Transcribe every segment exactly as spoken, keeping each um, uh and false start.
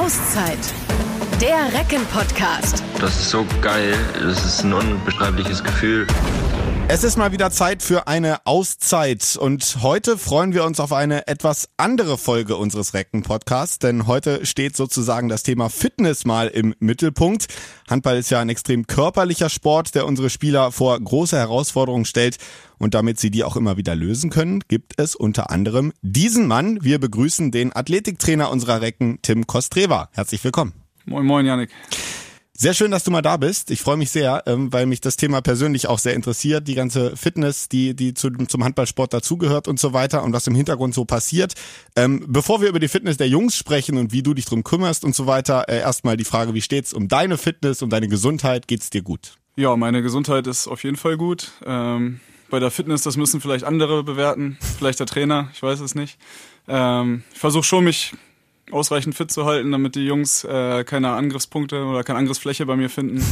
Auszeit. Der Recken-Podcast. Das ist so geil. Das ist ein unbeschreibliches Gefühl. Es ist mal wieder Zeit für eine Auszeit und heute freuen wir uns auf eine etwas andere Folge unseres Recken-Podcasts, denn heute steht sozusagen das Thema Fitness mal im Mittelpunkt. Handball ist ja ein extrem körperlicher Sport, der unsere Spieler vor große Herausforderungen stellt und damit sie die auch immer wieder lösen können, gibt es unter anderem diesen Mann. Wir begrüßen den Athletiktrainer unserer Recken, Tim Kostreva. Herzlich willkommen. Moin, moin, Yannick. Sehr schön, dass du mal da bist. Ich freue mich sehr, weil mich das Thema persönlich auch sehr interessiert. Die ganze Fitness, die die zu, zum Handballsport dazugehört und so weiter und was im Hintergrund so passiert. Ähm, bevor wir über die Fitness der Jungs sprechen und wie du dich drum kümmerst und so weiter, äh, erstmal die Frage, wie steht's um deine Fitness, um deine Gesundheit? Geht's dir gut? Ja, meine Gesundheit ist auf jeden Fall gut. Ähm, bei der Fitness, das müssen vielleicht andere bewerten, vielleicht der Trainer, ich weiß es nicht. Ähm, ich versuche schon, mich ausreichend fit zu halten, damit die Jungs äh, keine Angriffspunkte oder keine Angriffsfläche bei mir finden.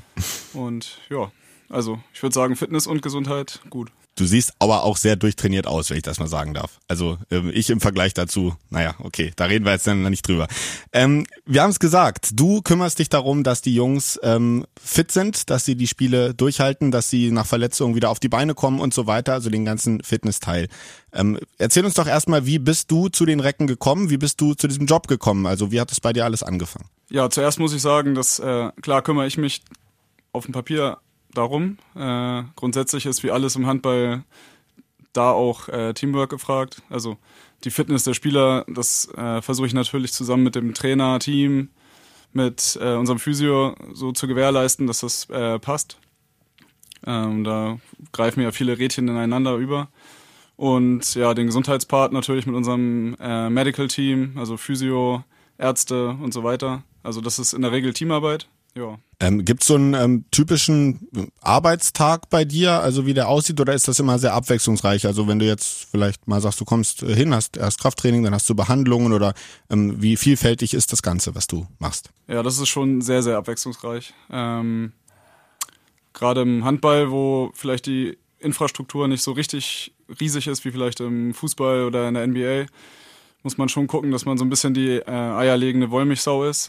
Und ja, also ich würde sagen Fitness und Gesundheit gut. Du siehst aber auch sehr durchtrainiert aus, wenn ich das mal sagen darf. Also ähm, ich im Vergleich dazu, naja, okay, da reden wir jetzt dann nicht drüber. Ähm, wir haben es gesagt, du kümmerst dich darum, dass die Jungs ähm, fit sind, dass sie die Spiele durchhalten, dass sie nach Verletzungen wieder auf die Beine kommen und so weiter, also den ganzen Fitnessteil. Ähm, erzähl uns doch erstmal, wie bist du zu den Recken gekommen, wie bist du zu diesem Job gekommen, also wie hat das bei dir alles angefangen? Ja, zuerst muss ich sagen, dass äh, klar kümmere ich mich auf dem Papier darum. Äh, grundsätzlich ist wie alles im Handball da auch äh, Teamwork gefragt. Also die Fitness der Spieler, das äh, versuche ich natürlich zusammen mit dem Trainer, Team, mit äh, unserem Physio so zu gewährleisten, dass das äh, passt. Ähm, da greifen ja viele Rädchen ineinander über. Und ja, den Gesundheitspart natürlich mit unserem äh, Medical Team, also Physio, Ärzte und so weiter. Also das ist in der Regel Teamarbeit. Ja. Ähm, Gibt es so einen ähm, typischen Arbeitstag bei dir, also wie der aussieht, oder ist das immer sehr abwechslungsreich? Also wenn du jetzt vielleicht mal sagst, du kommst hin, hast erst Krafttraining, dann hast du Behandlungen oder ähm, wie vielfältig ist das Ganze, was du machst? Ja, das ist schon sehr, sehr abwechslungsreich. Ähm, gerade im Handball, wo vielleicht die Infrastruktur nicht so richtig riesig ist, wie vielleicht im Fußball oder in der N B A, muss man schon gucken, dass man so ein bisschen die äh, eierlegende Wollmilchsau ist.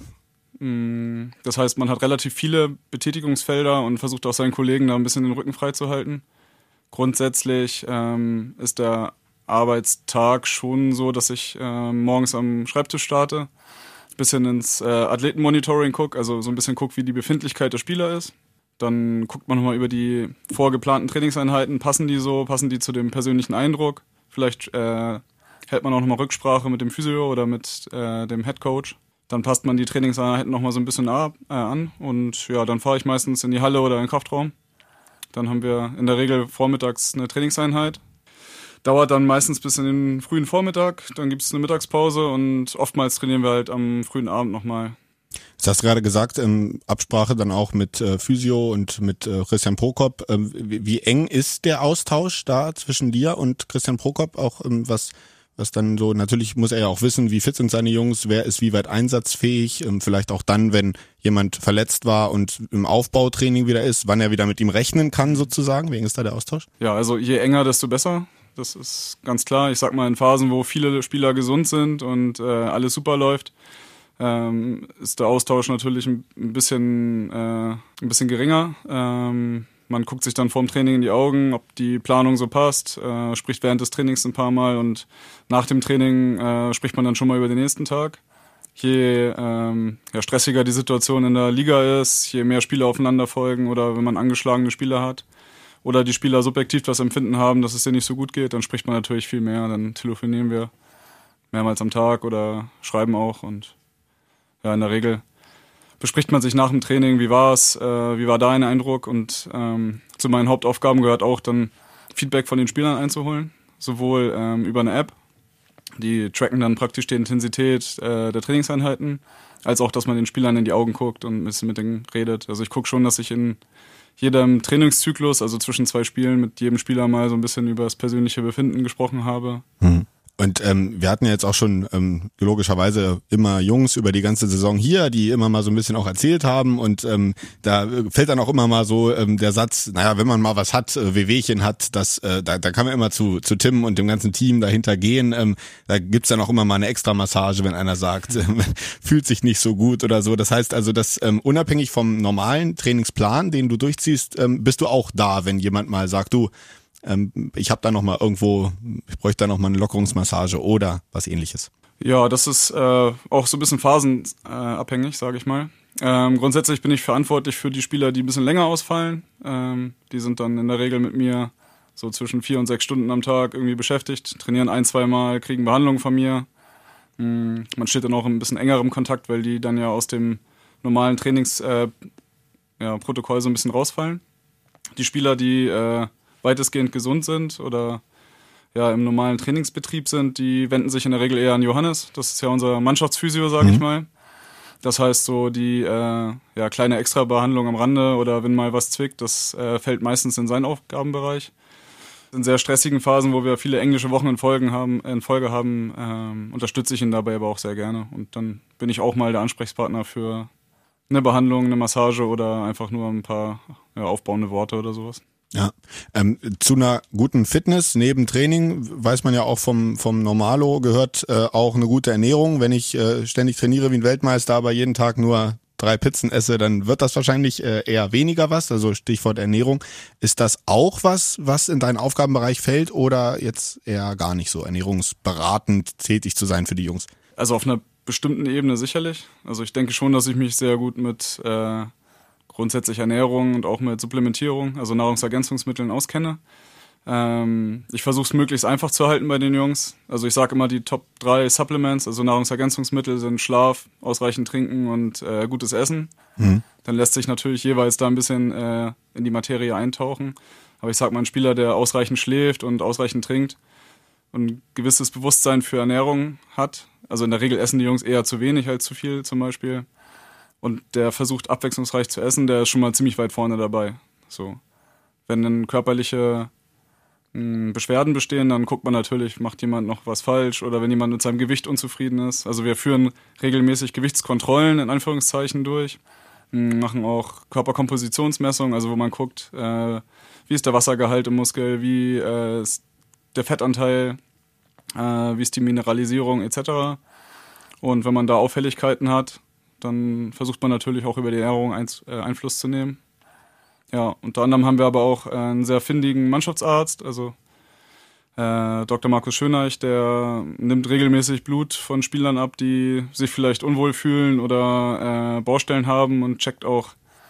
Das heißt, man hat relativ viele Betätigungsfelder und versucht auch seinen Kollegen da ein bisschen den Rücken frei zu halten. Grundsätzlich ähm, ist der Arbeitstag schon so, dass ich äh, morgens am Schreibtisch starte, ein bisschen ins äh, Athletenmonitoring gucke, also so ein bisschen gucke, wie die Befindlichkeit der Spieler ist. Dann guckt man nochmal über die vorgeplanten Trainingseinheiten, passen die so, passen die zu dem persönlichen Eindruck. Vielleicht äh, hält man auch nochmal Rücksprache mit dem Physio oder mit äh, dem Headcoach. Dann passt man die Trainingseinheiten nochmal so ein bisschen ab, äh, an und ja, dann fahre ich meistens in die Halle oder in den Kraftraum. Dann haben wir in der Regel vormittags eine Trainingseinheit. Dauert dann meistens bis in den frühen Vormittag, dann gibt es eine Mittagspause und oftmals trainieren wir halt am frühen Abend nochmal. Das hast du gerade gesagt, in Absprache dann auch mit äh, Physio und mit äh, Christian Prokop. Ähm, wie, wie eng ist der Austausch da zwischen dir und Christian Prokop? Auch ähm, was... Was dann so, natürlich muss er ja auch wissen, wie fit sind seine Jungs, wer ist wie weit einsatzfähig, vielleicht auch dann, wenn jemand verletzt war und im Aufbautraining wieder ist, wann er wieder mit ihm rechnen kann sozusagen. Wie eng ist da der Austausch? Ja, also je enger, desto besser. Das ist ganz klar. Ich sag mal, in Phasen, wo viele Spieler gesund sind und äh, alles super läuft, ähm, ist der Austausch natürlich ein bisschen, äh, ein bisschen geringer. Ähm, Man guckt sich dann vorm Training in die Augen, ob die Planung so passt, äh, spricht während des Trainings ein paar Mal und nach dem Training äh, spricht man dann schon mal über den nächsten Tag. Je ähm, ja, stressiger die Situation in der Liga ist, je mehr Spieler aufeinander folgen oder wenn man angeschlagene Spieler hat oder die Spieler subjektiv das Empfinden haben, dass es denen nicht so gut geht, dann spricht man natürlich viel mehr, dann telefonieren wir mehrmals am Tag oder schreiben auch und ja, in der Regel bespricht man sich nach dem Training, wie war es, äh, wie war dein Eindruck und ähm, zu meinen Hauptaufgaben gehört auch dann Feedback von den Spielern einzuholen, sowohl ähm, über eine App, die tracken dann praktisch die Intensität äh, der Trainingseinheiten, als auch, dass man den Spielern in die Augen guckt und ein bisschen mit denen redet. Also ich gucke schon, dass ich in jedem Trainingszyklus, also zwischen zwei Spielen, mit jedem Spieler mal so ein bisschen über das persönliche Befinden gesprochen habe. Hm. Und ähm, wir hatten ja jetzt auch schon ähm, logischerweise immer Jungs über die ganze Saison hier, die immer mal so ein bisschen auch erzählt haben und ähm, da fällt dann auch immer mal so ähm, der Satz, naja, wenn man mal was hat, äh, Wehwehchen hat, das, äh, da, da kann man immer zu zu Tim und dem ganzen Team dahinter gehen. Ähm, da gibt's dann auch immer mal eine extra Massage, wenn einer sagt, äh, fühlt sich nicht so gut oder so. Das heißt also, dass ähm, unabhängig vom normalen Trainingsplan, den du durchziehst, ähm, bist du auch da, wenn jemand mal sagt, du, ich habe da noch mal irgendwo, ich bräuchte da noch mal eine Lockerungsmassage oder was Ähnliches. Ja, das ist äh, auch so ein bisschen phasenabhängig, äh, sage ich mal. Ähm, grundsätzlich bin ich verantwortlich für die Spieler, die ein bisschen länger ausfallen. Ähm, die sind dann in der Regel mit mir so zwischen vier und sechs Stunden am Tag irgendwie beschäftigt, trainieren ein, zwei Mal, kriegen Behandlung von mir. Ähm, man steht dann auch in ein bisschen engerem Kontakt, weil die dann ja aus dem normalen Trainingsprotokoll äh, ja, Protokoll so ein bisschen rausfallen. Die Spieler, die äh, weitestgehend gesund sind oder ja im normalen Trainingsbetrieb sind, die wenden sich in der Regel eher an Johannes. Das ist ja unser Mannschaftsphysio, sage mhm. ich mal. Das heißt so die äh, ja, kleine Extrabehandlung am Rande oder wenn mal was zwickt, das äh, fällt meistens in seinen Aufgabenbereich. In sehr stressigen Phasen, wo wir viele englische Wochen in, Folgen haben, in Folge haben, ähm, unterstütze ich ihn dabei aber auch sehr gerne. Und dann bin ich auch mal der Ansprechpartner für eine Behandlung, eine Massage oder einfach nur ein paar ja, aufbauende Worte oder sowas. Ja, ähm, zu einer guten Fitness neben Training weiß man ja auch vom vom Normalo gehört äh, auch eine gute Ernährung. Wenn ich äh, ständig trainiere wie ein Weltmeister, aber jeden Tag nur drei Pizzen esse, dann wird das wahrscheinlich äh, eher weniger was. Also Stichwort Ernährung. Ist das auch was, was in deinen Aufgabenbereich fällt oder jetzt eher gar nicht so ernährungsberatend tätig zu sein für die Jungs? Also auf einer bestimmten Ebene sicherlich. Also ich denke schon, dass ich mich sehr gut mit äh, grundsätzlich Ernährung und auch mit Supplementierung, also Nahrungsergänzungsmitteln auskenne. Ähm, ich versuche es möglichst einfach zu halten bei den Jungs. Also ich sage immer, die Top drei Supplements, also Nahrungsergänzungsmittel sind Schlaf, ausreichend Trinken und äh, gutes Essen. Mhm. Dann lässt sich natürlich jeweils da ein bisschen äh, in die Materie eintauchen. Aber ich sage mal, ein Spieler, der ausreichend schläft und ausreichend trinkt und ein gewisses Bewusstsein für Ernährung hat, also in der Regel essen die Jungs eher zu wenig als zu viel zum Beispiel, und der versucht abwechslungsreich zu essen, der ist schon mal ziemlich weit vorne dabei. So. Wenn dann körperliche mh, Beschwerden bestehen, dann guckt man natürlich, macht jemand noch was falsch oder wenn jemand mit seinem Gewicht unzufrieden ist. Also wir führen regelmäßig Gewichtskontrollen in Anführungszeichen durch, mh, machen auch Körperkompositionsmessungen, also wo man guckt, äh, wie ist der Wassergehalt im Muskel, wie äh, ist der Fettanteil, äh, wie ist die Mineralisierung et cetera. Und wenn man da Auffälligkeiten hat, dann versucht man natürlich auch über die Ernährung Einfluss zu nehmen. Ja, unter anderem haben wir aber auch einen sehr findigen Mannschaftsarzt, also äh, Doktor Markus Schöneich, der nimmt regelmäßig Blut von Spielern ab, die sich vielleicht unwohl fühlen oder äh, Baustellen haben und checkt auch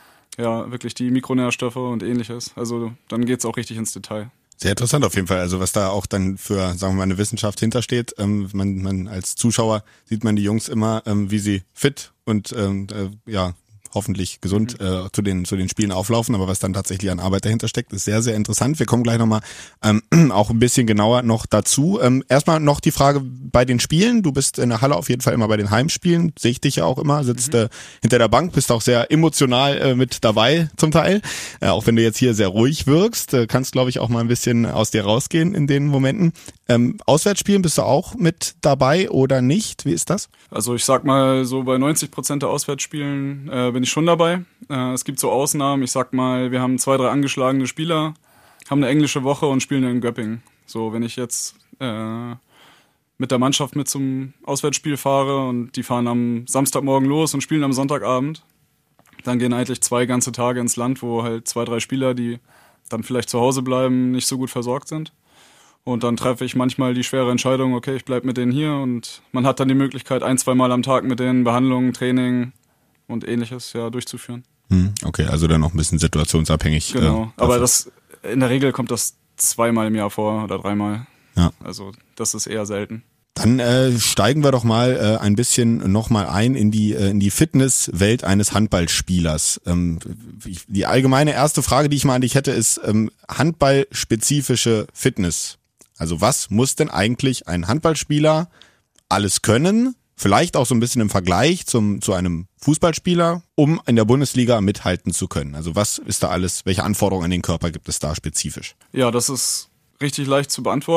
ja wirklich die Mikronährstoffe und ähnliches. Also dann geht's auch richtig ins Detail. Sehr interessant auf jeden Fall, also was da auch dann für, sagen wir mal, eine Wissenschaft hintersteht. Ähm, man, man als Zuschauer sieht man die Jungs immer, ähm, wie sie fit und ähm, äh, ja hoffentlich gesund äh, zu den zu den Spielen auflaufen, aber was dann tatsächlich an Arbeit dahinter steckt, ist sehr, sehr interessant. Wir kommen gleich nochmal ähm, auch ein bisschen genauer noch dazu. Ähm, erstmal noch die Frage bei den Spielen. Du bist in der Halle auf jeden Fall immer bei den Heimspielen, sehe ich dich ja auch immer, sitzt mhm. äh, hinter der Bank, bist auch sehr emotional äh, mit dabei zum Teil. Äh, auch wenn du jetzt hier sehr ruhig wirkst, äh, kannst glaube ich auch mal ein bisschen aus dir rausgehen in den Momenten. Ähm, Auswärtsspielen bist du auch mit dabei oder nicht? Wie ist das? Also ich sag mal, so bei neunzig Prozent der Auswärtsspielen äh, bin ich schon dabei. Äh, es gibt so Ausnahmen. Ich sag mal, wir haben zwei, drei angeschlagene Spieler, haben eine englische Woche und spielen in Göppingen. So, wenn ich jetzt äh, mit der Mannschaft mit zum Auswärtsspiel fahre und die fahren am Samstagmorgen los und spielen am Sonntagabend, dann gehen eigentlich zwei ganze Tage ins Land, wo halt zwei, drei Spieler, die dann vielleicht zu Hause bleiben, nicht so gut versorgt sind. Und dann treffe ich manchmal die schwere Entscheidung, okay, ich bleibe mit denen hier und man hat dann die Möglichkeit, ein, zwei Mal am Tag mit denen Behandlungen, Training und ähnliches ja durchzuführen. Okay, also dann noch ein bisschen situationsabhängig. Genau, äh, aber das in der Regel kommt das zweimal im Jahr vor oder dreimal. Ja. Also das ist eher selten. Dann äh, steigen wir doch mal äh, ein bisschen nochmal ein in die äh, in die Fitnesswelt eines Handballspielers. Ähm, ich, die allgemeine erste Frage, die ich mal an dich hätte, ist ähm, handballspezifische Fitness. Also was muss denn eigentlich ein Handballspieler alles können? Vielleicht auch so ein bisschen im Vergleich zum zu einem Fußballspieler, um in der Bundesliga mithalten zu können. Also was ist da alles, welche Anforderungen an den Körper gibt es da spezifisch? Ja, das ist richtig leicht zu beantworten.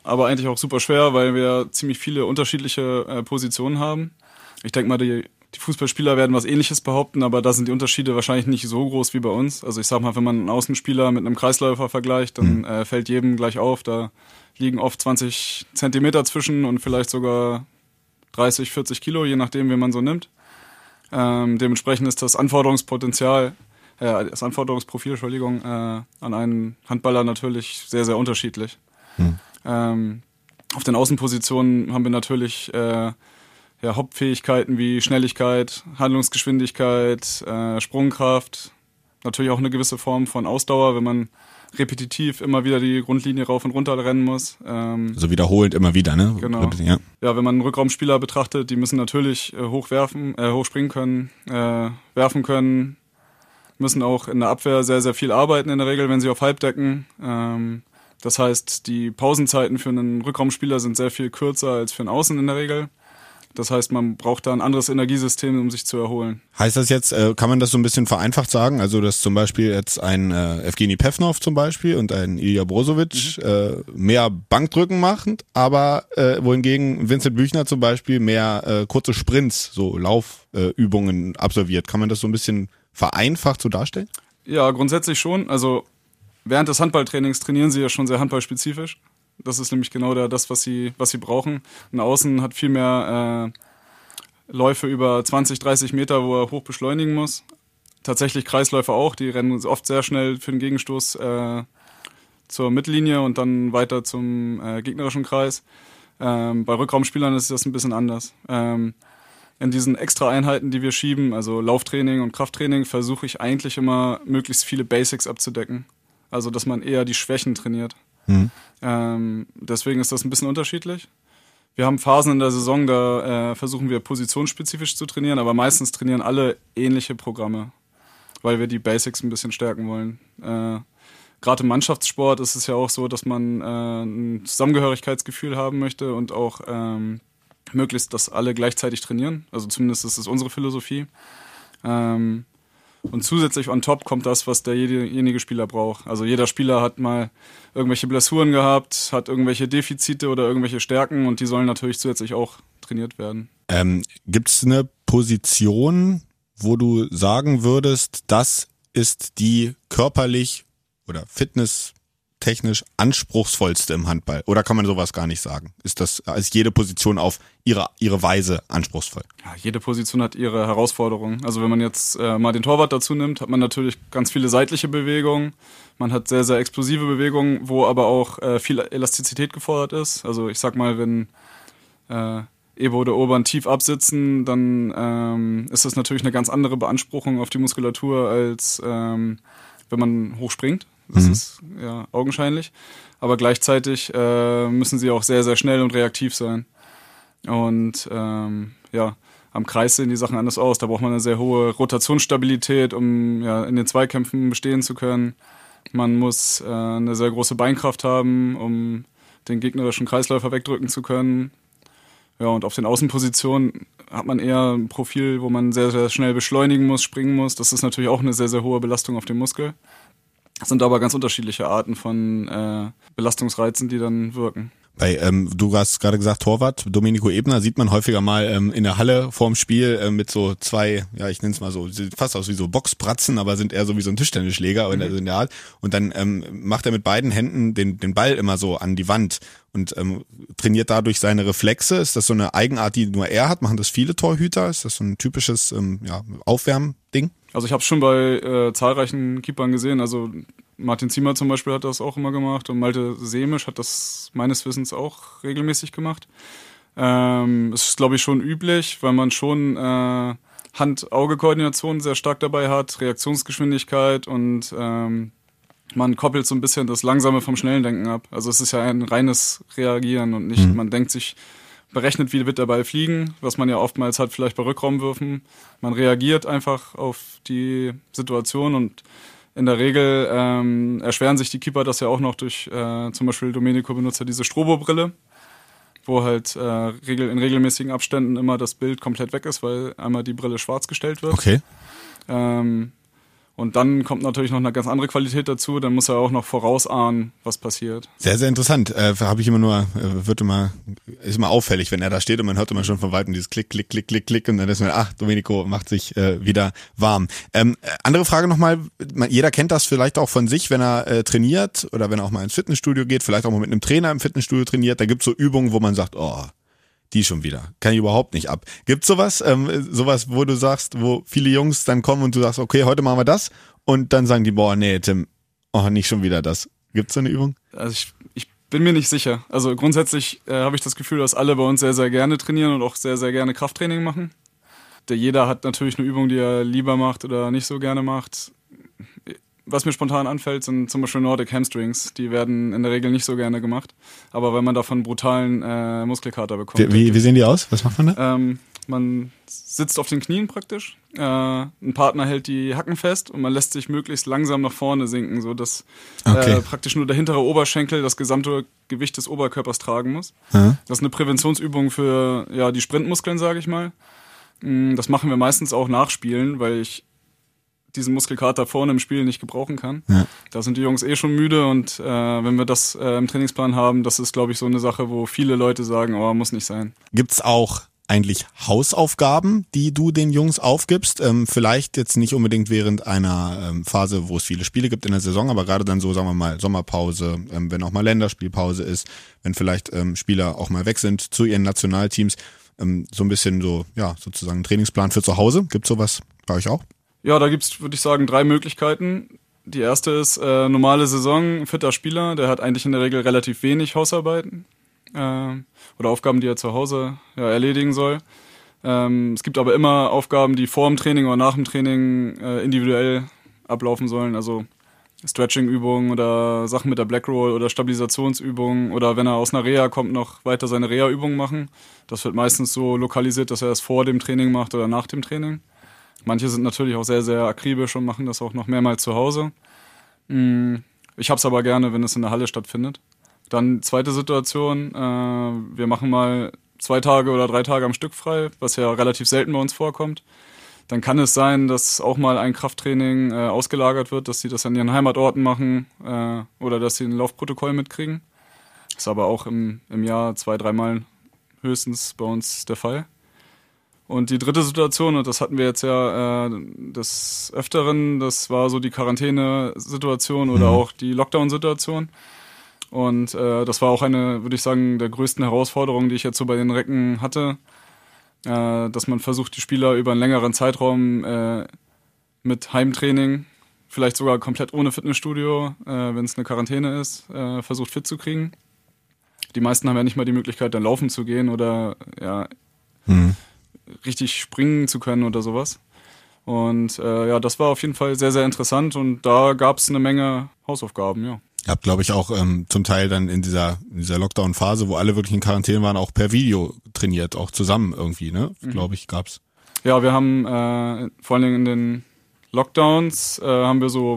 aber eigentlich auch super schwer, weil wir ziemlich viele unterschiedliche äh, Positionen haben. Ich denke mal, die, die Fußballspieler werden was Ähnliches behaupten, aber da sind die Unterschiede wahrscheinlich nicht so groß wie bei uns. Also ich sag mal, wenn man einen Außenspieler mit einem Kreisläufer vergleicht, dann mhm. äh, fällt jedem gleich auf, da liegen oft zwanzig Zentimeter zwischen und vielleicht sogar dreißig, vierzig Kilo, je nachdem, wie man so nimmt. Ähm, dementsprechend ist das Anforderungspotenzial, äh, das Anforderungsprofil, Entschuldigung, äh, an einen Handballer natürlich sehr, sehr unterschiedlich. Hm. Ähm, auf den Außenpositionen haben wir natürlich äh, ja, Hauptfähigkeiten wie Schnelligkeit, Handlungsgeschwindigkeit, äh, Sprungkraft, natürlich auch eine gewisse Form von Ausdauer, wenn man repetitiv immer wieder die Grundlinie rauf und runter rennen muss. Ähm, also wiederholend immer wieder, ne? Genau. Ja, ja wenn man einen Rückraumspieler betrachtet, die müssen natürlich äh, hochwerfen, äh, hochspringen können, äh, werfen können, müssen auch in der Abwehr sehr, sehr viel arbeiten in der Regel, wenn sie auf Halbdecken. Ähm, das heißt, die Pausenzeiten für einen Rückraumspieler sind sehr viel kürzer als für einen Außen in der Regel. Das heißt, man braucht da ein anderes Energiesystem, um sich zu erholen. Heißt das jetzt, äh, kann man das so ein bisschen vereinfacht sagen? Also, dass zum Beispiel jetzt ein äh, Evgeny Pevnov zum Beispiel und ein Ilya Brozovic mhm. äh, mehr Bankdrücken machen, aber äh, wohingegen Vincent Büchner zum Beispiel mehr äh, kurze Sprints, so Laufübungen äh, absolviert. Kann man das so ein bisschen vereinfacht so darstellen? Ja, grundsätzlich schon. Also während des Handballtrainings trainieren sie ja schon sehr handballspezifisch. Das ist nämlich genau der, das, was sie, was sie brauchen. Ein Außen hat viel mehr äh, Läufe über zwanzig, dreißig Meter, wo er hoch beschleunigen muss. Tatsächlich Kreisläufer auch, die rennen oft sehr schnell für den Gegenstoß äh, zur Mittellinie und dann weiter zum äh, gegnerischen Kreis. Ähm, bei Rückraumspielern ist das ein bisschen anders. Ähm, in diesen extra Einheiten, die wir schieben, also Lauftraining und Krafttraining, versuche ich eigentlich immer möglichst viele Basics abzudecken. Also dass man eher die Schwächen trainiert. Mhm. Ähm, deswegen ist das ein bisschen unterschiedlich. Wir haben Phasen in der Saison, da äh, versuchen wir positionsspezifisch zu trainieren, aber meistens trainieren alle ähnliche Programme, weil wir die Basics ein bisschen stärken wollen. Äh, Gerade im Mannschaftssport ist es ja auch so, dass man äh, ein Zusammengehörigkeitsgefühl haben möchte und auch ähm, möglichst, dass alle gleichzeitig trainieren. Also zumindest ist es unsere Philosophie. Ähm, Und zusätzlich on top kommt das, was derjenige Spieler braucht. Also jeder Spieler hat mal irgendwelche Blessuren gehabt, hat irgendwelche Defizite oder irgendwelche Stärken und die sollen natürlich zusätzlich auch trainiert werden. Ähm, gibt es eine Position, wo du sagen würdest, das ist die körperlich oder fitnesstechnisch anspruchsvollste im Handball? Oder kann man sowas gar nicht sagen? Ist das als jede Position auf ihre, ihre Weise anspruchsvoll? Ja, jede Position hat ihre Herausforderungen. Also wenn man jetzt äh, mal den Torwart dazu nimmt, hat man natürlich ganz viele seitliche Bewegungen. Man hat sehr, sehr explosive Bewegungen, wo aber auch äh, viel Elastizität gefordert ist. Also ich sag mal, wenn äh, Ebo oder Urban tief absitzen, dann ähm, ist das natürlich eine ganz andere Beanspruchung auf die Muskulatur, als ähm, wenn man hochspringt. Das mhm. ist ja augenscheinlich. Aber gleichzeitig äh, müssen sie auch sehr, sehr schnell und reaktiv sein. Und ähm, ja, am Kreis sehen die Sachen anders aus. Da braucht man eine sehr hohe Rotationsstabilität, um ja, in den Zweikämpfen bestehen zu können. Man muss äh, eine sehr große Beinkraft haben, um den gegnerischen Kreisläufer wegdrücken zu können. Ja, und auf den Außenpositionen hat man eher ein Profil, wo man sehr, sehr schnell beschleunigen muss, springen muss. Das ist natürlich auch eine sehr, sehr hohe Belastung auf den Muskel. Das sind aber ganz unterschiedliche Arten von äh, Belastungsreizen, die dann wirken. Bei, ähm, du hast gerade gesagt, Torwart, Domenico Ebner sieht man häufiger mal ähm, in der Halle vorm Spiel äh, mit so zwei, ja ich nenne es mal so, sieht fast aus wie so Boxbratzen, aber sind eher so wie so ein Tischtennisschläger mhm. in der Art. Und dann ähm, macht er mit beiden Händen den, den Ball immer so an die Wand und ähm, trainiert dadurch seine Reflexe. Ist das so eine Eigenart, die nur er hat? Machen das viele Torhüter? Ist das so ein typisches ähm, ja, Aufwärmding? Also ich habe es schon bei äh, zahlreichen Keepern gesehen, also Martin Ziemer zum Beispiel hat das auch immer gemacht und Malte Semisch hat das meines Wissens auch regelmäßig gemacht. Ähm, es ist, glaube ich, schon üblich, weil man schon äh, Hand-Auge-Koordination sehr stark dabei hat, Reaktionsgeschwindigkeit und ähm, man koppelt so ein bisschen das Langsame vom schnellen Denken ab. Also es ist ja ein reines Reagieren und nicht, mhm. man denkt sich, berechnet, wie wird der Ball fliegen, was man ja oftmals hat, vielleicht bei Rückraumwürfen. Man reagiert einfach auf die Situation und in der Regel ähm, erschweren sich die Keeper das ja auch noch durch, äh, zum Beispiel Domenico benutzt ja diese Strobo-Brille, wo halt äh, regel, in regelmäßigen Abständen immer das Bild komplett weg ist, weil einmal die Brille schwarz gestellt wird. Okay. Ähm, Und dann kommt natürlich noch eine ganz andere Qualität dazu, dann muss er auch noch vorausahnen, was passiert. Sehr, sehr interessant. Äh, habe ich immer nur, äh, wird immer, ist immer auffällig, wenn er da steht und man hört immer schon von Weitem dieses Klick, Klick, Klick, Klick, Klick und dann ist man, ach, Domenico macht sich äh, wieder warm. Ähm, andere Frage nochmal, jeder kennt das vielleicht auch von sich, wenn er äh, trainiert oder wenn er auch mal ins Fitnessstudio geht, vielleicht auch mal mit einem Trainer im Fitnessstudio trainiert, da gibt's so Übungen, wo man sagt, oh, die schon wieder. Kann ich überhaupt nicht ab. Gibt's sowas, ähm, sowas, wo du sagst, wo viele Jungs dann kommen und du sagst, okay, heute machen wir das und dann sagen die, boah, nee, Tim, oh, nicht schon wieder das. Gibt's so eine Übung? Also ich, ich bin mir nicht sicher. Also grundsätzlich äh, habe ich das Gefühl, dass alle bei uns sehr, sehr gerne trainieren und auch sehr, sehr gerne Krafttraining machen. Der jeder hat natürlich eine Übung, die er lieber macht oder nicht so gerne macht. Was mir spontan anfällt, sind zum Beispiel Nordic Hamstrings. Die werden in der Regel nicht so gerne gemacht. Aber weil man davon brutalen äh, Muskelkater bekommt. Wie, wie, wie sehen die aus? Was macht man da? Ähm, man sitzt auf den Knien praktisch. Äh, ein Partner hält die Hacken fest und man lässt sich möglichst langsam nach vorne sinken, sodass okay. äh, praktisch nur der hintere Oberschenkel das gesamte Gewicht des Oberkörpers tragen muss. Mhm. Das ist eine Präventionsübung für ja die Sprintmuskeln, sage ich mal. Das machen wir meistens auch nach Spielen, weil ich diesen Muskelkater vorne im Spiel nicht gebrauchen kann. Ja. Da sind die Jungs eh schon müde und äh, wenn wir das äh, im Trainingsplan haben, das ist, glaube ich, so eine Sache, wo viele Leute sagen, oh, muss nicht sein. Gibt's auch eigentlich Hausaufgaben, die du den Jungs aufgibst? Ähm, vielleicht jetzt nicht unbedingt während einer ähm, Phase, wo es viele Spiele gibt in der Saison, aber gerade dann so, sagen wir mal, Sommerpause, ähm, wenn auch mal Länderspielpause ist, wenn vielleicht ähm, Spieler auch mal weg sind zu ihren Nationalteams, ähm, so ein bisschen so, ja, sozusagen ein Trainingsplan für zu Hause. Gibt's sowas bei euch auch? Ja, da gibt's, würde ich sagen, drei Möglichkeiten. Die erste ist äh, normale Saison, fitter Spieler, der hat eigentlich in der Regel relativ wenig Hausarbeiten äh, oder Aufgaben, die er zu Hause ja, erledigen soll. Ähm, es gibt aber immer Aufgaben, die vor dem Training oder nach dem Training äh, individuell ablaufen sollen, also Stretching-Übungen oder Sachen mit der Black Roll oder Stabilisationsübungen oder wenn er aus einer Reha kommt, noch weiter seine Reha-Übungen machen. Das wird meistens so lokalisiert, dass er es vor dem Training macht oder nach dem Training. Manche sind natürlich auch sehr, sehr akribisch und machen das auch noch mehrmals zu Hause. Ich hab's aber gerne, wenn es in der Halle stattfindet. Dann zweite Situation, äh, wir machen mal zwei Tage oder drei Tage am Stück frei, was ja relativ selten bei uns vorkommt. Dann kann es sein, dass auch mal ein Krafttraining äh, ausgelagert wird, dass sie das an ihren Heimatorten machen äh, oder dass sie ein Laufprotokoll mitkriegen. Ist aber auch im, im Jahr zwei, dreimal höchstens bei uns der Fall. Und die dritte Situation, und das hatten wir jetzt ja äh, des Öfteren, das war so die Quarantäne-Situation oder mhm. auch die Lockdown-Situation. Und äh, das war auch eine, würde ich sagen, der größten Herausforderungen, die ich jetzt so bei den Recken hatte, äh, dass man versucht, die Spieler über einen längeren Zeitraum äh, mit Heimtraining, vielleicht sogar komplett ohne Fitnessstudio, äh, wenn es eine Quarantäne ist, äh, versucht fit zu kriegen. Die meisten haben ja nicht mal die Möglichkeit, dann laufen zu gehen oder ja mhm. richtig springen zu können oder sowas. Und äh, ja, das war auf jeden Fall sehr, sehr interessant und da gab es eine Menge Hausaufgaben, ja. Ihr habt, glaube ich, auch ähm, zum Teil dann in dieser in dieser Lockdown-Phase, wo alle wirklich in Quarantäne waren, auch per Video trainiert, auch zusammen irgendwie, ne? Mhm. Glaube ich, gab's. Ja, wir haben äh, vor allen Dingen in den Lockdowns äh, haben wir so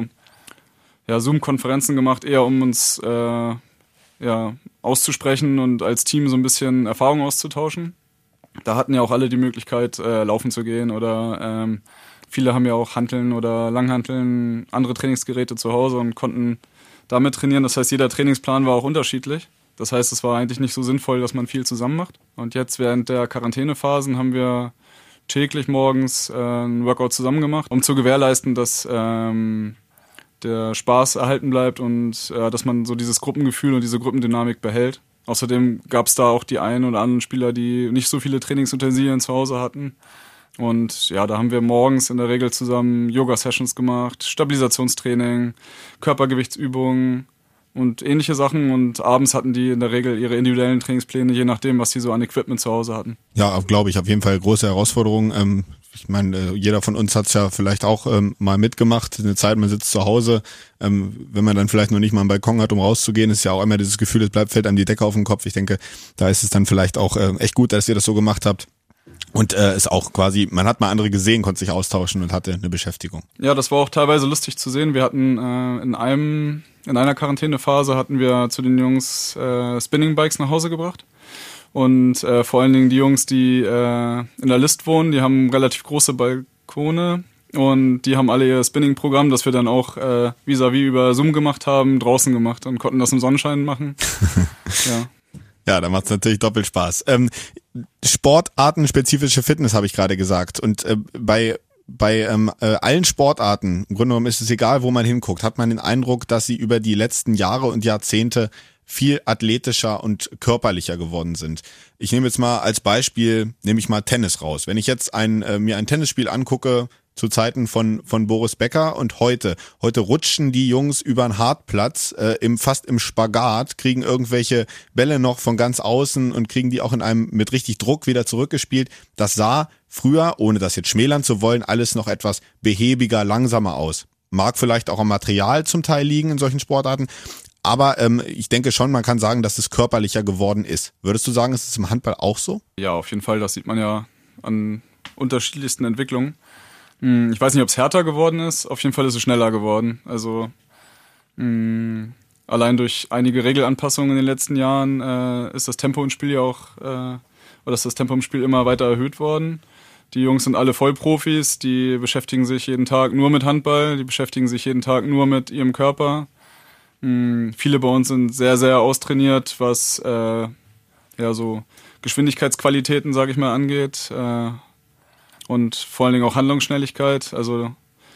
ja, Zoom-Konferenzen gemacht, eher um uns äh, ja, auszusprechen und als Team so ein bisschen Erfahrung auszutauschen. Da hatten ja auch alle die Möglichkeit, äh, laufen zu gehen oder ähm, viele haben ja auch Hanteln oder Langhanteln, andere Trainingsgeräte zu Hause und konnten damit trainieren. Das heißt, jeder Trainingsplan war auch unterschiedlich. Das heißt, es war eigentlich nicht so sinnvoll, dass man viel zusammen macht. Und jetzt während der Quarantänephasen haben wir täglich morgens äh, ein Workout zusammen gemacht, um zu gewährleisten, dass ähm, der Spaß erhalten bleibt und äh, dass man so dieses Gruppengefühl und diese Gruppendynamik behält. Außerdem gab es da auch die einen oder anderen Spieler, die nicht so viele Trainingsutensilien zu Hause hatten. Und ja, da haben wir morgens in der Regel zusammen Yoga-Sessions gemacht, Stabilisationstraining, Körpergewichtsübungen und ähnliche Sachen. Und abends hatten die in der Regel ihre individuellen Trainingspläne, je nachdem, was sie so an Equipment zu Hause hatten. Ja, glaube ich, auf jeden Fall große Herausforderung. Ähm, ich meine, jeder von uns hat es ja vielleicht auch ähm, mal mitgemacht. Eine Zeit, man sitzt zu Hause. Ähm, wenn man dann vielleicht noch nicht mal einen Balkon hat, um rauszugehen, ist ja auch immer dieses Gefühl, es bleibt, fällt einem die Decke auf den Kopf. Ich denke, da ist es dann vielleicht auch äh, echt gut, dass ihr das so gemacht habt. Und äh, ist auch quasi, man hat mal andere gesehen, konnte sich austauschen und hatte eine Beschäftigung. Ja, das war auch teilweise lustig zu sehen. Wir hatten äh, in einem in einer Quarantänephase hatten wir zu den Jungs äh, Spinning-Bikes nach Hause gebracht. Und äh, vor allen Dingen die Jungs, die äh, in der List wohnen, die haben relativ große Balkone Und die haben alle ihr Spinning-Programm, das wir dann auch äh, vis-à-vis über Zoom gemacht haben, draußen gemacht und konnten das im Sonnenschein machen. Ja. Ja, da macht's natürlich doppelt Spaß. Ähm, Sportartenspezifische Fitness habe ich gerade gesagt. Und äh, bei bei ähm, äh, allen Sportarten, im Grunde genommen ist es egal, wo man hinguckt, hat man den Eindruck, dass sie über die letzten Jahre und Jahrzehnte viel athletischer und körperlicher geworden sind. Ich nehme jetzt mal als Beispiel, nehme ich mal Tennis raus. Wenn ich jetzt ein, äh, mir ein Tennisspiel angucke, zu Zeiten von von Boris Becker und heute. Heute rutschen die Jungs über einen Hartplatz, äh, im fast im Spagat, kriegen irgendwelche Bälle noch von ganz außen und kriegen die auch in einem mit richtig Druck wieder zurückgespielt. Das sah früher, ohne das jetzt schmälern zu wollen, alles noch etwas behäbiger, langsamer aus. Mag vielleicht auch am Material zum Teil liegen in solchen Sportarten, aber ähm, ich denke schon, man kann sagen, dass es körperlicher geworden ist. Würdest du sagen, ist es im Handball auch so? Ja, auf jeden Fall. Das sieht man ja an unterschiedlichsten Entwicklungen. Ich weiß nicht, ob es härter geworden ist. Auf jeden Fall ist es schneller geworden. Also mh, allein durch einige Regelanpassungen in den letzten Jahren äh, ist das Tempo im Spiel ja auch, äh, oder ist das Tempo im Spiel immer weiter erhöht worden. Die Jungs sind alle Vollprofis, die beschäftigen sich jeden Tag nur mit Handball, die beschäftigen sich jeden Tag nur mit ihrem Körper. Mh, viele bei uns sind sehr, sehr austrainiert, was äh, ja so Geschwindigkeitsqualitäten, sage ich mal, angeht. Äh, Und vor allen Dingen auch Handlungsschnelligkeit, also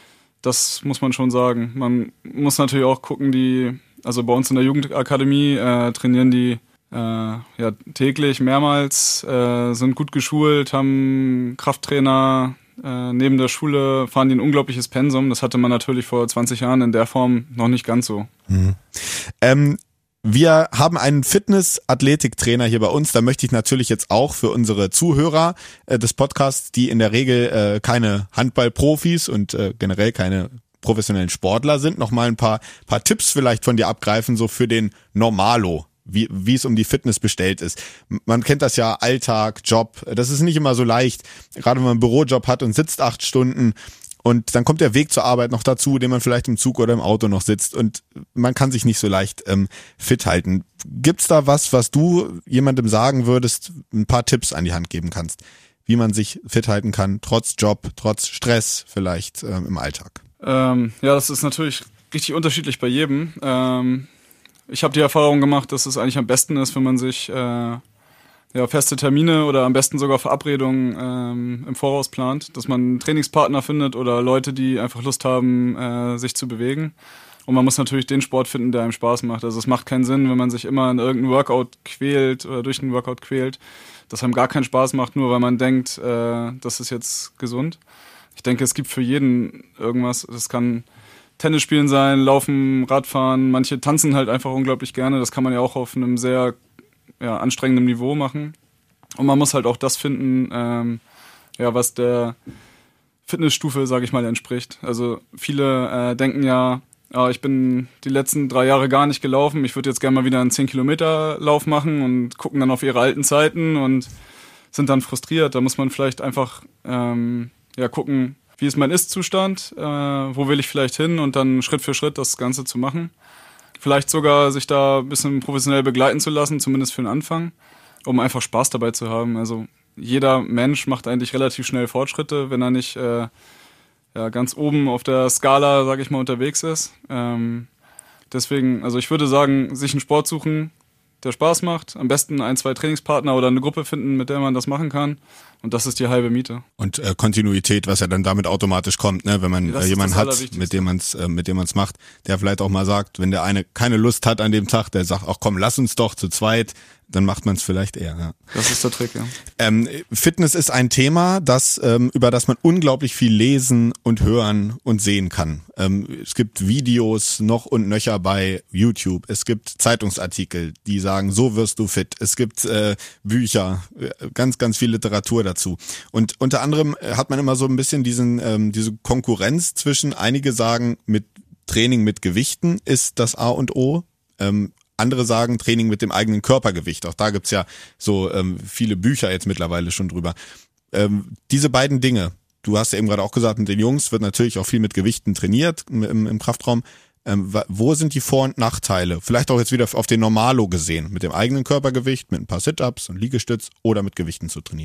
das muss man schon sagen. Man muss natürlich auch gucken, die, also bei uns in der Jugendakademie äh, trainieren die äh, ja, täglich, mehrmals, äh, sind gut geschult, haben Krafttrainer, äh, neben der Schule fahren die ein unglaubliches Pensum. Das hatte man natürlich vor zwanzig Jahren in der Form noch nicht ganz so. Mhm. Ähm Wir haben einen Fitness-Athletiktrainer hier bei uns. Da möchte ich natürlich jetzt auch für unsere Zuhörer äh, des Podcasts, die in der Regel äh, keine Handballprofis und äh, generell keine professionellen Sportler sind, nochmal ein paar paar Tipps vielleicht von dir abgreifen, so für den Normalo, wie wie es um die Fitness bestellt ist. Man kennt das ja, Alltag, Job, das ist nicht immer so leicht, gerade wenn man einen Bürojob hat und sitzt acht Stunden. Und dann kommt der Weg zur Arbeit noch dazu, den man vielleicht im Zug oder im Auto noch sitzt und man kann sich nicht so leicht ähm, fit halten. Gibt's da was, was du jemandem sagen würdest, ein paar Tipps an die Hand geben kannst, wie man sich fit halten kann, trotz Job, trotz Stress vielleicht ähm, im Alltag? Ähm, ja, das ist natürlich richtig unterschiedlich bei jedem. Ähm, ich habe die Erfahrung gemacht, dass es eigentlich am besten ist, wenn man sich äh, ja, feste Termine oder am besten sogar Verabredungen ähm, im Voraus plant, dass man einen Trainingspartner findet oder Leute, die einfach Lust haben, äh, sich zu bewegen. Und man muss natürlich den Sport finden, der einem Spaß macht. Also es macht keinen Sinn, wenn man sich immer in irgendein Workout quält oder durch einen Workout quält, das einem gar keinen Spaß macht, nur weil man denkt, äh, das ist jetzt gesund. Ich denke, es gibt für jeden irgendwas. Das kann Tennis spielen sein, Laufen, Radfahren. Manche tanzen halt einfach unglaublich gerne. Das kann man ja auch auf einem sehr ja, anstrengendem Niveau machen. Und man muss halt auch das finden, ähm, ja, was der Fitnessstufe, sage ich mal, entspricht. Also viele äh, denken ja, ja, ich bin die letzten drei Jahre gar nicht gelaufen, ich würde jetzt gerne mal wieder einen zehn Kilometer Lauf machen und gucken dann auf ihre alten Zeiten und sind dann frustriert. Da muss man vielleicht einfach ähm, ja, gucken, wie ist mein Ist-Zustand, äh, wo will ich vielleicht hin und dann Schritt für Schritt das Ganze zu machen. Vielleicht sogar sich da ein bisschen professionell begleiten zu lassen, zumindest für den Anfang, um einfach Spaß dabei zu haben. Also jeder Mensch macht eigentlich relativ schnell Fortschritte, wenn er nicht äh, ja, ganz oben auf der Skala, sage ich mal, unterwegs ist. Ähm, deswegen, also ich würde sagen, sich einen Sport suchen, der Spaß macht. Am besten ein, zwei Trainingspartner oder eine Gruppe finden, mit der man das machen kann. Und das ist die halbe Miete. Und äh, Kontinuität, was ja dann damit automatisch kommt, ne, wenn man äh, jemanden hat, mit dem man es äh, mit dem man es macht, der vielleicht auch mal sagt, wenn der eine keine Lust hat an dem Tag, der sagt, ach komm, lass uns doch zu zweit, dann macht man es vielleicht eher. Ja. Das ist der Trick, ja. Ähm, Fitness ist ein Thema, das ähm, über das man unglaublich viel lesen und hören und sehen kann. Ähm, es gibt Videos noch und nöcher bei YouTube. Es gibt Zeitungsartikel, die sagen, so wirst du fit. Es gibt äh, Bücher, ganz, ganz viel Literatur dazu. Und unter anderem hat man immer so ein bisschen diesen ähm, diese Konkurrenz zwischen, einige sagen, mit Training mit Gewichten ist das A und O. Ähm, Andere sagen Training mit dem eigenen Körpergewicht. Auch da gibt's ja so ähm, viele Bücher jetzt mittlerweile schon drüber. Ähm, diese beiden Dinge, du hast ja eben gerade auch gesagt, mit den Jungs wird natürlich auch viel mit Gewichten trainiert im, im Kraftraum. Ähm, wo sind die Vor- und Nachteile? Vielleicht auch jetzt wieder auf den Normalo gesehen, mit dem eigenen Körpergewicht, mit ein paar Sit-Ups und Liegestütz oder mit Gewichten zu trainieren.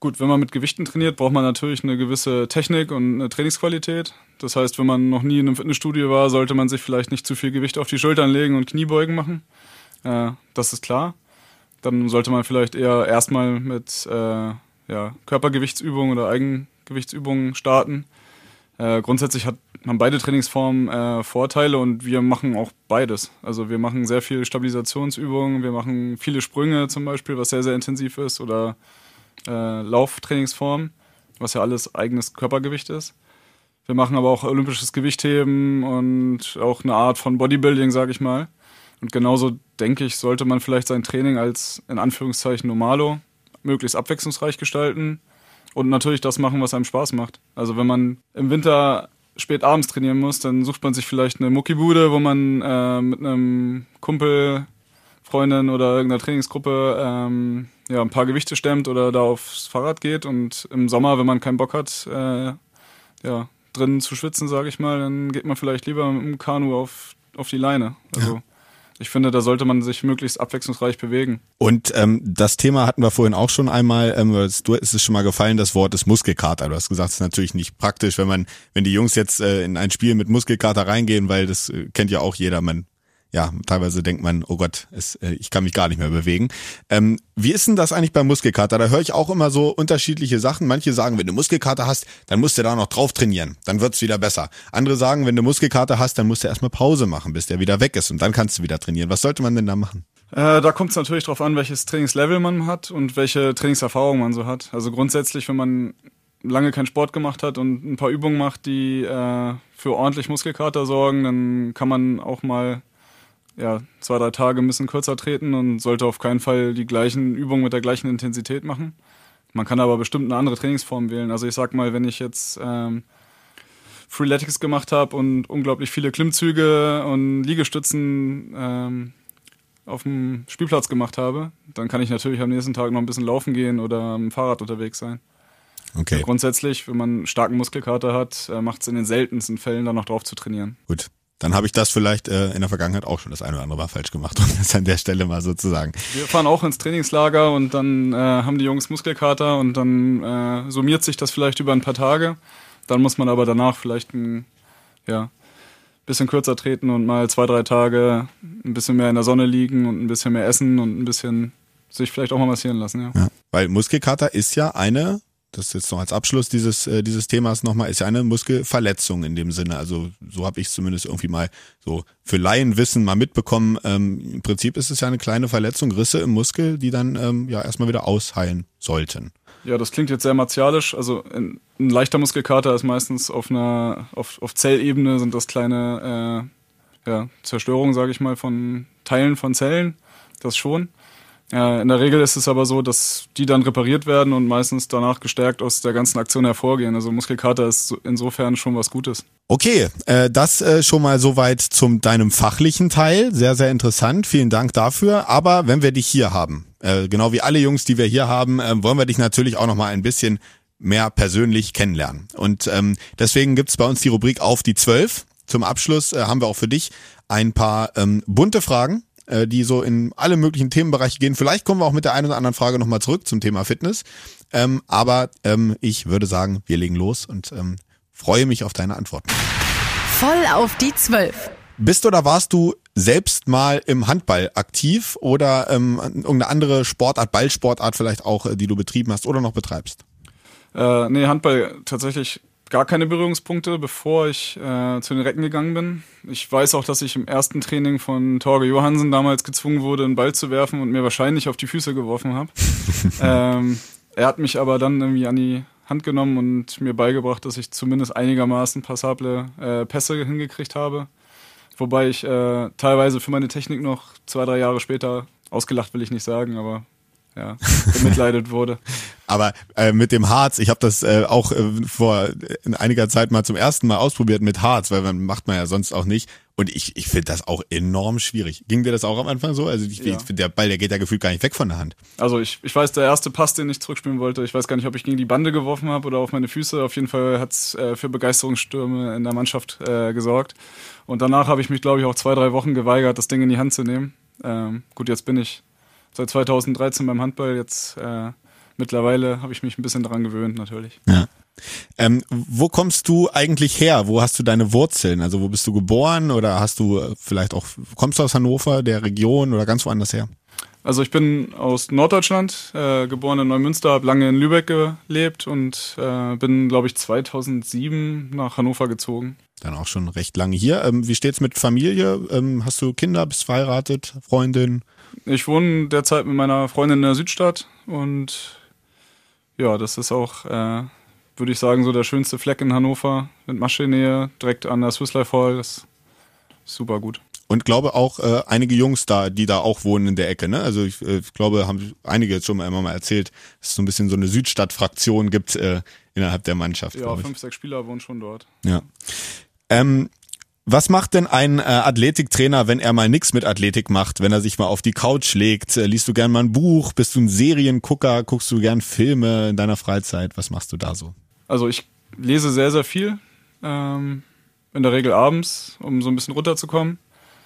Gut, wenn man mit Gewichten trainiert, braucht man natürlich eine gewisse Technik und eine Trainingsqualität. Das heißt, wenn man noch nie in einem Fitnessstudio war, sollte man sich vielleicht nicht zu viel Gewicht auf die Schultern legen und Kniebeugen machen. Äh, das ist klar. Dann sollte man vielleicht eher erstmal mit äh, ja, Körpergewichtsübungen oder Eigengewichtsübungen starten. Äh, grundsätzlich hat, haben beide Trainingsformen äh, Vorteile und wir machen auch beides. Also wir machen sehr viel Stabilisationsübungen, wir machen viele Sprünge zum Beispiel, was sehr, sehr intensiv ist, oder äh, Lauftrainingsformen, was ja alles eigenes Körpergewicht ist. Wir machen aber auch olympisches Gewichtheben und auch eine Art von Bodybuilding, sage ich mal. Und genauso, denke ich, sollte man vielleicht sein Training als, in Anführungszeichen, Normalo möglichst abwechslungsreich gestalten und natürlich das machen, was einem Spaß macht. Also wenn man im Winter spät abends trainieren muss, dann sucht man sich vielleicht eine Muckibude, wo man äh, mit einem Kumpel, Freundin oder irgendeiner Trainingsgruppe ähm, ja, ein paar Gewichte stemmt oder da aufs Fahrrad geht. Und im Sommer, wenn man keinen Bock hat, äh, ja, drinnen zu schwitzen, sage ich mal, dann geht man vielleicht lieber mit dem Kanu auf, auf die Leine. Also ja. Ich finde, da sollte man sich möglichst abwechslungsreich bewegen. Und ähm, das Thema hatten wir vorhin auch schon einmal, ähm, du ist es schon mal gefallen, das Wort ist Muskelkater. Du hast gesagt, es ist natürlich nicht praktisch, wenn man, wenn die Jungs jetzt äh, in ein Spiel mit Muskelkater reingehen, weil das äh, kennt ja auch jeder, man ja, teilweise denkt man, oh Gott, es, äh, ich kann mich gar nicht mehr bewegen. Ähm, wie ist denn das eigentlich beim Muskelkater? Da höre ich auch immer so unterschiedliche Sachen. Manche sagen, wenn du Muskelkater hast, dann musst du da noch drauf trainieren, dann wird's wieder besser. Andere sagen, wenn du Muskelkater hast, dann musst du erstmal Pause machen, bis der wieder weg ist und dann kannst du wieder trainieren. Was sollte man denn da machen? Äh, da kommt es natürlich drauf an, welches Trainingslevel man hat und welche Trainingserfahrung man so hat. Also grundsätzlich, wenn man lange keinen Sport gemacht hat und ein paar Übungen macht, die äh, für ordentlich Muskelkater sorgen, dann kann man auch mal ja, zwei, drei Tage ein bisschen kürzer treten und sollte auf keinen Fall die gleichen Übungen mit der gleichen Intensität machen. Man kann aber bestimmt eine andere Trainingsform wählen. Also ich sag mal, wenn ich jetzt ähm, Freeletics gemacht habe und unglaublich viele Klimmzüge und Liegestützen ähm, auf dem Spielplatz gemacht habe, dann kann ich natürlich am nächsten Tag noch ein bisschen laufen gehen oder mit dem Fahrrad unterwegs sein. Okay. Ja, grundsätzlich, wenn man einen starken Muskelkater hat, äh, macht es in den seltensten Fällen dann noch drauf zu trainieren. Gut. Dann habe ich das vielleicht äh, in der Vergangenheit auch schon das eine oder andere Mal falsch gemacht, um das an der Stelle mal so zu sagen. Wir fahren auch ins Trainingslager und dann äh, haben die Jungs Muskelkater und dann äh, summiert sich das vielleicht über ein paar Tage. Dann muss man aber danach vielleicht ein ja, bisschen kürzer treten und mal zwei, drei Tage ein bisschen mehr in der Sonne liegen und ein bisschen mehr essen und ein bisschen sich vielleicht auch mal massieren lassen. Ja. Ja, weil Muskelkater ist ja eine, das ist jetzt noch als Abschluss dieses äh, dieses Themas nochmal, ist ja eine Muskelverletzung in dem Sinne. Also so habe ich es zumindest irgendwie mal so für Laienwissen mal mitbekommen. Ähm, im Prinzip ist es ja eine kleine Verletzung, Risse im Muskel, die dann ähm, ja erstmal wieder ausheilen sollten. Ja, das klingt jetzt sehr martialisch. Also ein, ein leichter Muskelkater ist meistens auf einer auf, auf Zellebene sind das kleine äh, ja, Zerstörungen, sage ich mal, von Teilen von Zellen. Das schon. Ja, in der Regel ist es aber so, dass die dann repariert werden und meistens danach gestärkt aus der ganzen Aktion hervorgehen. Also Muskelkater ist insofern schon was Gutes. Okay, äh, das äh, schon mal soweit zum deinem fachlichen Teil. Sehr, sehr interessant. Vielen Dank dafür. Aber wenn wir dich hier haben, äh, genau wie alle Jungs, die wir hier haben, äh, wollen wir dich natürlich auch noch mal ein bisschen mehr persönlich kennenlernen. Und ähm, deswegen gibt's bei uns die Rubrik Auf die Zwölf. Zum Abschluss äh, haben wir auch für dich ein paar ähm, bunte Fragen, die so in alle möglichen Themenbereiche gehen. Vielleicht kommen wir auch mit der einen oder anderen Frage nochmal zurück zum Thema Fitness. Ähm, aber ähm, ich würde sagen, wir legen los und ähm, freue mich auf deine Antworten. Voll auf die Zwölf. Bist oder warst du selbst mal im Handball aktiv oder ähm, irgendeine andere Sportart, Ballsportart vielleicht auch, die du betrieben hast oder noch betreibst? Äh, nee, Handball tatsächlich gar keine Berührungspunkte, bevor ich äh, zu den Recken gegangen bin. Ich weiß auch, dass ich im ersten Training von Torge Johansen damals gezwungen wurde, einen Ball zu werfen und mir wahrscheinlich auf die Füße geworfen habe. ähm, er hat mich aber dann irgendwie an die Hand genommen und mir beigebracht, dass ich zumindest einigermaßen passable äh, Pässe hingekriegt habe. Wobei ich äh, teilweise für meine Technik noch zwei, drei Jahre später, ausgelacht will ich nicht sagen, aber ja, bemitleidet wurde. Aber äh, mit dem Harz, ich habe das äh, auch äh, vor in einiger Zeit mal zum ersten Mal ausprobiert mit Harz, weil man macht man ja sonst auch nicht. Und ich ich finde das auch enorm schwierig. Ging dir das auch am Anfang so? Also ich, ja. ich finde, der Ball, der geht ja gefühlt gar nicht weg von der Hand. Also ich ich weiß, der erste Pass, den ich zurückspielen wollte, ich weiß gar nicht, ob ich gegen die Bande geworfen habe oder auf meine Füße. Auf jeden Fall hat's äh, für Begeisterungsstürme in der Mannschaft äh, gesorgt. Und danach habe ich mich, glaube ich, auch zwei, drei Wochen geweigert, das Ding in die Hand zu nehmen. Ähm, gut, jetzt bin ich seit zweitausenddreizehn beim Handball, jetzt äh, mittlerweile habe ich mich ein bisschen dran gewöhnt natürlich. Ja. Ähm, wo kommst du eigentlich her? Wo hast du deine Wurzeln? Also wo bist du geboren oder hast du äh, vielleicht auch, kommst du aus Hannover, der Region oder ganz woanders her? Also ich bin aus Norddeutschland, äh, geboren in Neumünster, habe lange in Lübeck gelebt und äh, bin, glaube ich, zweitausendsieben nach Hannover gezogen. Dann auch schon recht lange hier. Ähm, wie steht's mit Familie? Ähm, hast du Kinder, bist verheiratet, Freundin? Ich wohne derzeit mit meiner Freundin in der Südstadt und ja, das ist auch... Äh, würde ich sagen, so der schönste Fleck in Hannover mit Maschenähe, direkt an der Swiss Life Hall. Das ist super gut. Und glaube auch äh, einige Jungs da, die da auch wohnen in der Ecke, ne? Also ich, äh, ich glaube, haben einige jetzt schon mal immer mal erzählt, dass es so ein bisschen so eine Südstadt-Fraktion gibt äh, innerhalb der Mannschaft. Ja, fünf, sechs Spieler wohnen schon dort. Ja. Ähm, was macht denn ein äh, Athletiktrainer, wenn er mal nix mit Athletik macht, wenn er sich mal auf die Couch legt? Äh, liest du gern mal ein Buch? Bist du ein Seriengucker? Guckst du gern Filme in deiner Freizeit? Was machst du da so? Also ich lese sehr, sehr viel. Ähm, in der Regel abends, um so ein bisschen runterzukommen.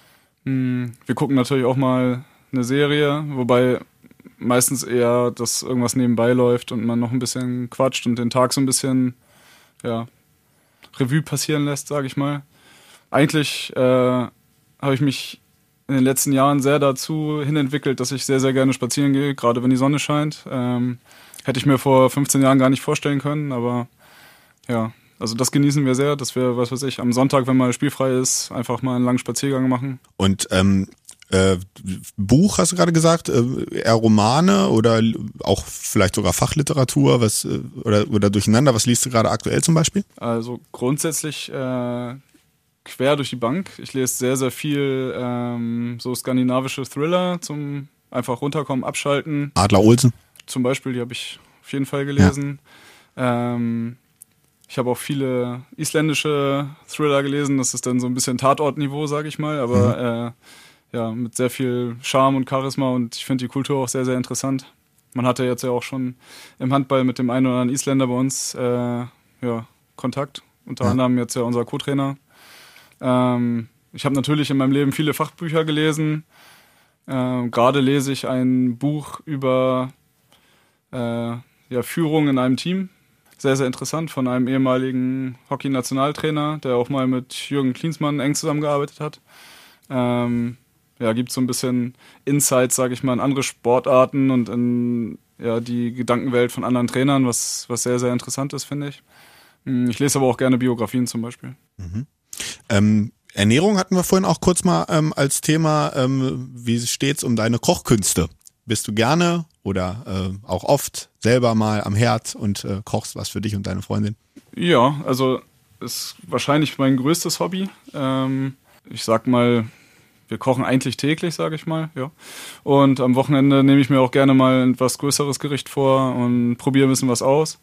Hm, wir gucken natürlich auch mal eine Serie, wobei meistens eher, dass irgendwas nebenbei läuft und man noch ein bisschen quatscht und den Tag so ein bisschen ja, Revue passieren lässt, sage ich mal. Eigentlich äh, habe ich mich in den letzten Jahren sehr dazu hinentwickelt, dass ich sehr, sehr gerne spazieren gehe, gerade wenn die Sonne scheint. Ähm, hätte ich mir vor fünfzehn Jahren gar nicht vorstellen können, aber ja, also das genießen wir sehr, dass wir, was weiß ich, am Sonntag, wenn mal spielfrei ist, einfach mal einen langen Spaziergang machen. Und ähm, äh, Buch, hast du gerade gesagt, äh, eher Romane oder auch vielleicht sogar Fachliteratur, was äh, oder, oder durcheinander, was liest du gerade aktuell zum Beispiel? Also grundsätzlich äh, quer durch die Bank. Ich lese sehr, sehr viel ähm, so skandinavische Thriller zum einfach runterkommen, abschalten. Adler Olsen? Zum Beispiel, die habe ich auf jeden Fall gelesen. Ja. Ähm, ich habe auch viele isländische Thriller gelesen. Das ist dann so ein bisschen Tatortniveau, sage ich mal, aber mhm. äh, ja, mit sehr viel Charme und Charisma und ich finde die Kultur auch sehr, sehr interessant. Man hatte jetzt ja auch schon im Handball mit dem einen oder anderen Isländer bei uns äh, ja, Kontakt. Unter ja. anderem jetzt ja unser Co-Trainer. Ähm, ich habe natürlich in meinem Leben viele Fachbücher gelesen. Äh, gerade lese ich ein Buch über äh, ja, Führung in einem Team. Sehr, sehr interessant von einem ehemaligen Hockey-Nationaltrainer, der auch mal mit Jürgen Klinsmann eng zusammengearbeitet hat. Ähm, ja, gibt so ein bisschen Insights, sage ich mal, in andere Sportarten und in ja, die Gedankenwelt von anderen Trainern, was, was sehr, sehr interessant ist, finde ich. Ich lese aber auch gerne Biografien zum Beispiel. Mhm. Ähm, Ernährung hatten wir vorhin auch kurz mal ähm, als Thema. Ähm, wie steht's um deine Kochkünste? Bist du gerne oder äh, auch oft selber mal am Herd und äh, kochst was für dich und deine Freundin? Ja, also ist wahrscheinlich mein größtes Hobby. Ähm, ich sag mal, wir kochen eigentlich täglich, sage ich mal. Ja. Und am Wochenende nehme ich mir auch gerne mal ein etwas größeres Gericht vor und probiere ein bisschen was aus.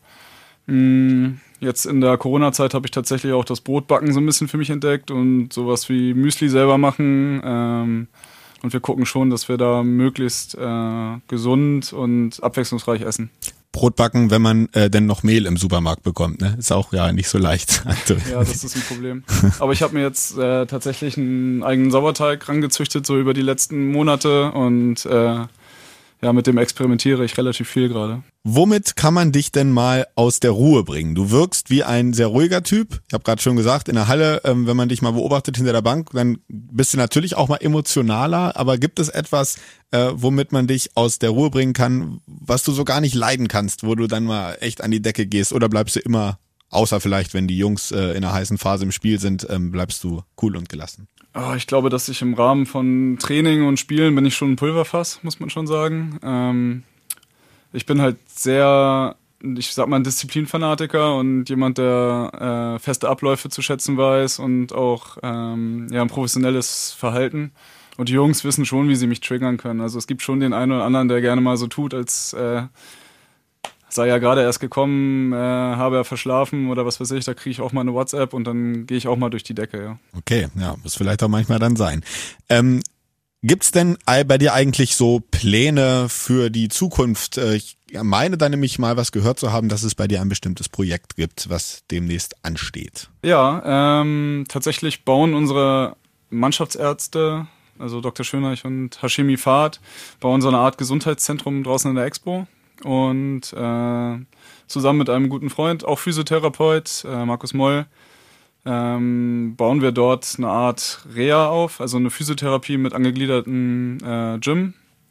Jetzt in der Corona-Zeit habe ich tatsächlich auch das Brotbacken so ein bisschen für mich entdeckt und sowas wie Müsli selber machen. Ähm, und wir gucken schon, dass wir da möglichst äh, gesund und abwechslungsreich essen. Brotbacken, wenn man äh, denn noch Mehl im Supermarkt bekommt, ne? Ist auch ja nicht so leicht. Ja, das ist ein Problem. Aber ich habe mir jetzt äh, tatsächlich einen eigenen Sauerteig rangezüchtet, so über die letzten Monate und äh, ja, mit dem experimentiere ich relativ viel gerade. Womit kann man dich denn mal aus der Ruhe bringen? Du wirkst wie ein sehr ruhiger Typ. Ich habe gerade schon gesagt, in der Halle, ähm, wenn man dich mal beobachtet hinter der Bank, dann bist du natürlich auch mal emotionaler. Aber gibt es etwas, äh, womit man dich aus der Ruhe bringen kann, was du so gar nicht leiden kannst, wo du dann mal echt an die Decke gehst? Oder bleibst du immer, außer vielleicht, wenn die Jungs äh, in einer heißen Phase im Spiel sind, ähm, bleibst du cool und gelassen? Oh, ich glaube, dass ich im Rahmen von Training und Spielen bin ich schon ein Pulverfass, muss man schon sagen. Ähm, ich bin halt sehr, ich sag mal, ein Disziplinfanatiker und jemand, der äh, feste Abläufe zu schätzen weiß und auch ähm, ja, ein professionelles Verhalten. Und die Jungs wissen schon, wie sie mich triggern können. Also es gibt schon den einen oder anderen, der gerne mal so tut, als äh, sei ja gerade erst gekommen, äh, habe er verschlafen oder was weiß ich, da kriege ich auch mal eine WhatsApp und dann gehe ich auch mal durch die Decke, ja. Okay, ja, muss vielleicht auch manchmal dann sein. Ähm, gibt's denn bei dir eigentlich so Pläne für die Zukunft? Ich meine da nämlich mal was gehört zu haben, dass es bei dir ein bestimmtes Projekt gibt, was demnächst ansteht. Ja, ähm, tatsächlich bauen unsere Mannschaftsärzte, also Doktor Schönreich und Hashemi Fahd, bauen so eine Art Gesundheitszentrum draußen in der Expo. und äh, zusammen mit einem guten Freund, auch Physiotherapeut, äh, Markus Moll, ähm, bauen wir dort eine Art Reha auf, also eine Physiotherapie mit angegliederten äh, Gym.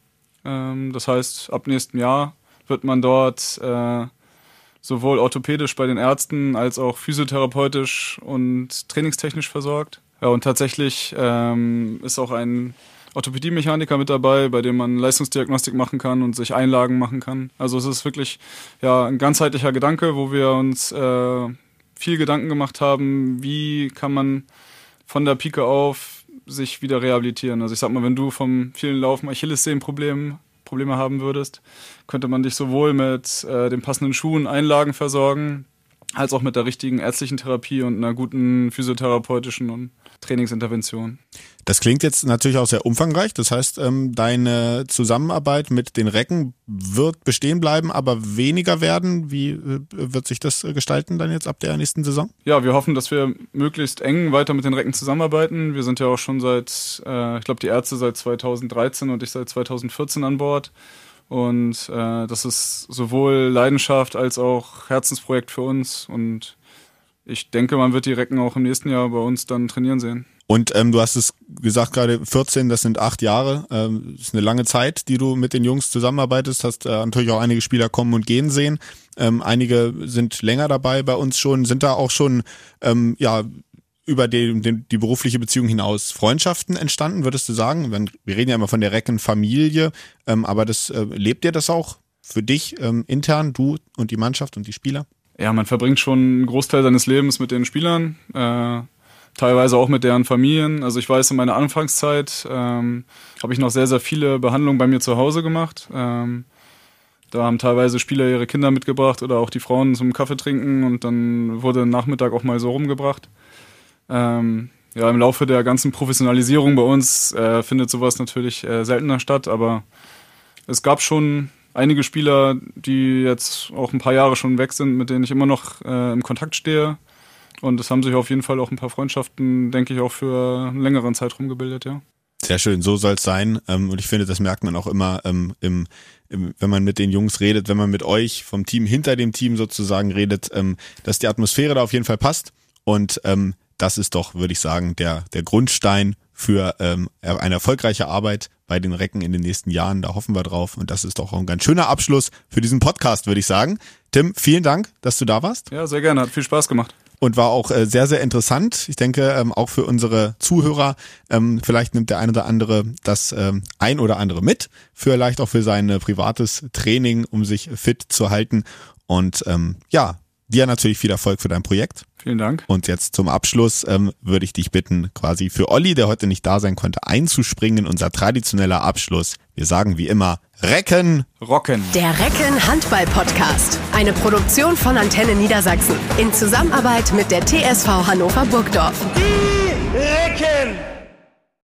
Ähm, das heißt, ab nächstem Jahr wird man dort äh, sowohl orthopädisch bei den Ärzten als auch physiotherapeutisch und trainingstechnisch versorgt. Ja, und tatsächlich ähm, ist auch ein Orthopädie-Mechaniker mit dabei, bei dem man Leistungsdiagnostik machen kann und sich Einlagen machen kann. Also es ist wirklich ja ein ganzheitlicher Gedanke, wo wir uns äh, viel Gedanken gemacht haben, wie kann man von der Pike auf sich wieder rehabilitieren. Also ich sag mal, wenn du vom vielen Laufen Achillessehnenproblem Probleme haben würdest, könnte man dich sowohl mit äh, den passenden Schuhen, Einlagen versorgen, als auch mit der richtigen ärztlichen Therapie und einer guten physiotherapeutischen und Trainingsintervention. Das klingt jetzt natürlich auch sehr umfangreich. Das heißt, ähm, deine Zusammenarbeit mit den Recken wird bestehen bleiben, aber weniger werden. Wie äh, wird sich das gestalten dann jetzt ab der nächsten Saison? Ja, wir hoffen, dass wir möglichst eng weiter mit den Recken zusammenarbeiten. Wir sind ja auch schon seit, äh, ich glaube, die Ärzte seit zweitausenddreizehn und ich seit zweitausendvierzehn an Bord. Und äh, das ist sowohl Leidenschaft als auch Herzensprojekt für uns. Und ich denke, man wird die Recken auch im nächsten Jahr bei uns dann trainieren sehen. Und ähm, du hast es gesagt gerade, vierzehn, das sind acht Jahre. Ähm, das ist eine lange Zeit, die du mit den Jungs zusammenarbeitest. Hast äh, natürlich auch einige Spieler kommen und gehen sehen. Ähm, einige sind länger dabei bei uns schon. Sind da auch schon ähm, ja über die, die, die berufliche Beziehung hinaus Freundschaften entstanden, würdest du sagen? Wir reden ja immer von der Reckenfamilie, ähm, aber das äh, lebt ihr das auch für dich ähm, intern, du und die Mannschaft und die Spieler? Ja, man verbringt schon einen Großteil seines Lebens mit den Spielern, äh, teilweise auch mit deren Familien. Also ich weiß, in meiner Anfangszeit ähm, habe ich noch sehr, sehr viele Behandlungen bei mir zu Hause gemacht. Ähm, da haben teilweise Spieler ihre Kinder mitgebracht oder auch die Frauen zum Kaffee trinken und dann wurde Nachmittag auch mal so rumgebracht. Ähm, ja, im Laufe der ganzen Professionalisierung bei uns äh, findet sowas natürlich äh, seltener statt, aber es gab schon einige Spieler, die jetzt auch ein paar Jahre schon weg sind, mit denen ich immer noch äh, im Kontakt stehe. Und es haben sich auf jeden Fall auch ein paar Freundschaften, denke ich, auch für einen längeren Zeitraum gebildet, ja. Sehr schön, so soll es sein. Und ich finde, das merkt man auch immer, im, im, wenn man mit den Jungs redet, wenn man mit euch vom Team hinter dem Team sozusagen redet, dass die Atmosphäre da auf jeden Fall passt. Und das ist doch, würde ich sagen, der, der Grundstein für ähm, eine erfolgreiche Arbeit bei den Recken in den nächsten Jahren. Da hoffen wir drauf. Und das ist doch auch ein ganz schöner Abschluss für diesen Podcast, würde ich sagen. Tim, vielen Dank, dass du da warst. Ja, sehr gerne. Hat viel Spaß gemacht. Und war auch äh, sehr, sehr interessant. Ich denke, ähm, auch für unsere Zuhörer, ähm, vielleicht nimmt der ein oder andere das ähm, ein oder andere mit, vielleicht auch für sein äh, privates Training, um sich fit zu halten. Und ähm, ja, dir natürlich viel Erfolg für dein Projekt. Vielen Dank. Und jetzt zum Abschluss ähm, würde ich dich bitten, quasi für Olli, der heute nicht da sein konnte, einzuspringen. Unser traditioneller Abschluss. Wir sagen wie immer, Recken rocken. Der Recken Handball Podcast. Eine Produktion von Antenne Niedersachsen. In Zusammenarbeit mit der T S V Hannover Burgdorf. Die Recken!